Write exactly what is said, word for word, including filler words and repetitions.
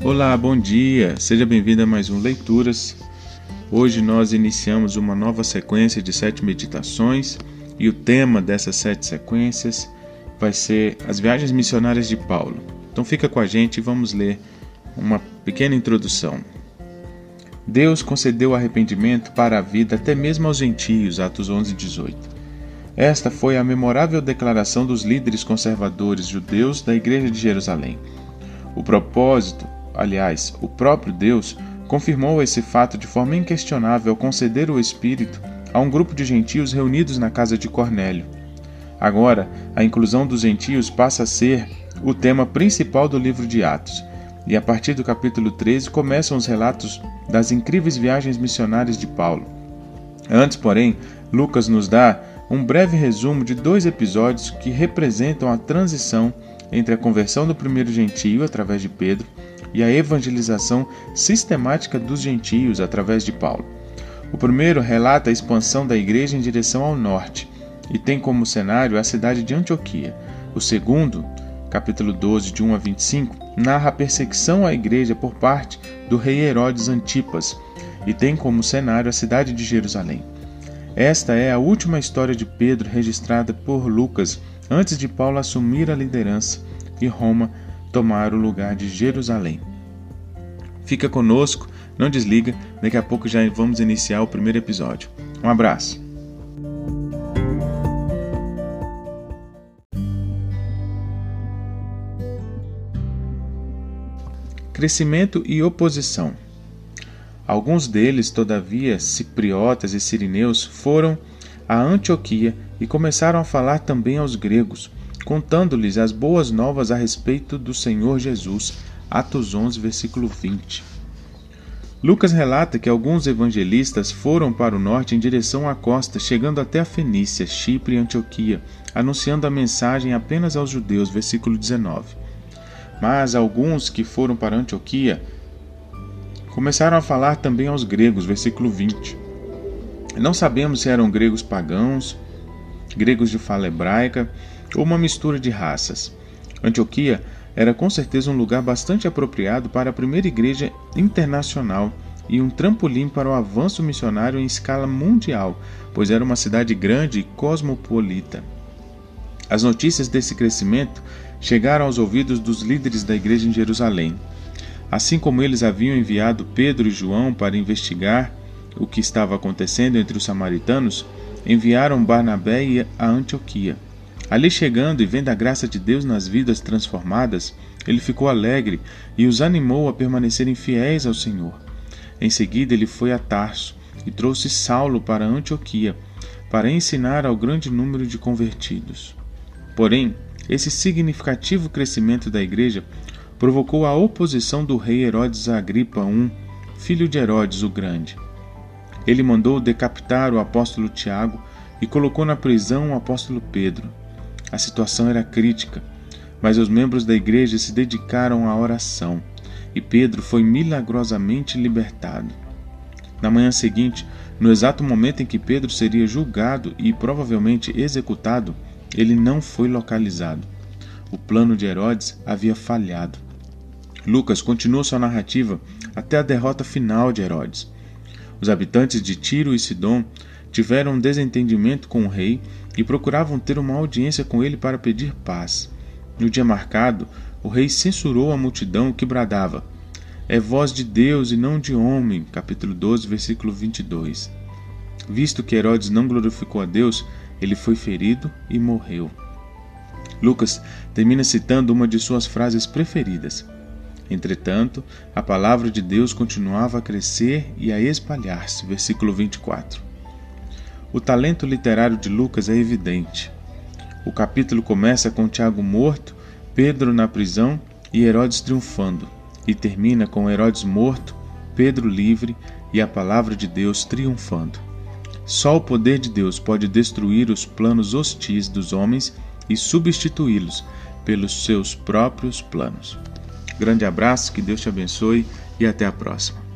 Olá, bom dia! Seja bem-vindo a mais um Leituras. Hoje nós iniciamos uma nova sequência de sete meditações e o tema dessas sete sequências vai ser as viagens missionárias de Paulo. Então fica com a gente e vamos ler uma pequena introdução. Deus concedeu arrependimento para a vida até mesmo aos gentios, Atos onze, dezoito. Esta foi a memorável declaração dos líderes conservadores judeus da Igreja de Jerusalém. O propósito, aliás, o próprio Deus, confirmou esse fato de forma inquestionável ao conceder o Espírito a um grupo de gentios reunidos na casa de Cornélio. Agora, a inclusão dos gentios passa a ser o tema principal do livro de Atos, e a partir do capítulo treze começam os relatos das incríveis viagens missionárias de Paulo. Antes, porém, Lucas nos dá um breve resumo de dois episódios que representam a transição entre a conversão do primeiro gentio através de Pedro e a evangelização sistemática dos gentios através de Paulo. O primeiro relata a expansão da igreja em direção ao norte e tem como cenário a cidade de Antioquia. O segundo, capítulo doze, de um a vinte e cinco, narra a perseguição à igreja por parte do rei Herodes Antipas e tem como cenário a cidade de Jerusalém. Esta é a última história de Pedro registrada por Lucas antes de Paulo assumir a liderança e Roma tomar o lugar de Jerusalém. Fica conosco, não desliga, daqui a pouco já vamos iniciar o primeiro episódio. Um abraço! Crescimento e oposição. Alguns deles, todavia, cipriotas e sirineus, foram a Antioquia e começaram a falar também aos gregos, contando-lhes as boas novas a respeito do Senhor Jesus. Atos onze, versículo vinte. Lucas relata que alguns evangelistas foram para o norte em direção à costa, chegando até a Fenícia, Chipre e Antioquia, anunciando a mensagem apenas aos judeus. Versículo dezenove. Mas alguns que foram para Antioquia começaram a falar também aos gregos. Versículo vinte. Não sabemos se eram gregos pagãos, gregos de fala hebraica ou uma mistura de raças. Antioquia era com certeza um lugar bastante apropriado para a primeira igreja internacional e um trampolim para o avanço missionário em escala mundial, pois era uma cidade grande e cosmopolita. As notícias desse crescimento chegaram aos ouvidos dos líderes da igreja em Jerusalém. Assim como eles haviam enviado Pedro e João para investigar o que estava acontecendo entre os samaritanos, enviaram Barnabé a Antioquia. Ali chegando e vendo a graça de Deus nas vidas transformadas, ele ficou alegre e os animou a permanecerem fiéis ao Senhor. Em seguida ele foi a Tarso e trouxe Saulo para Antioquia, para ensinar ao grande número de convertidos. Porém, esse significativo crescimento da igreja provocou a oposição do rei Herodes Agripa I, filho de Herodes o Grande. Ele mandou decapitar o apóstolo Tiago e colocou na prisão o apóstolo Pedro. A situação era crítica, mas os membros da igreja se dedicaram à oração e Pedro foi milagrosamente libertado. Na manhã seguinte, no exato momento em que Pedro seria julgado e provavelmente executado, ele não foi localizado. O plano de Herodes havia falhado. Lucas continua sua narrativa até a derrota final de Herodes. Os habitantes de Tiro e Sidom tiveram um desentendimento com o rei e procuravam ter uma audiência com ele para pedir paz. No dia marcado, o rei censurou a multidão que bradava: "É voz de Deus e não de homem", capítulo doze, versículo vinte e dois. Visto que Herodes não glorificou a Deus, ele foi ferido e morreu. Lucas termina citando uma de suas frases preferidas. Entretanto, a palavra de Deus continuava a crescer e a espalhar-se. Versículo vinte e quatro. O talento literário de Lucas é evidente. O capítulo começa com Tiago morto, Pedro na prisão e Herodes triunfando, e termina com Herodes morto, Pedro livre e a palavra de Deus triunfando. Só o poder de Deus pode destruir os planos hostis dos homens e substituí-los pelos seus próprios planos. Grande abraço, que Deus te abençoe e até a próxima.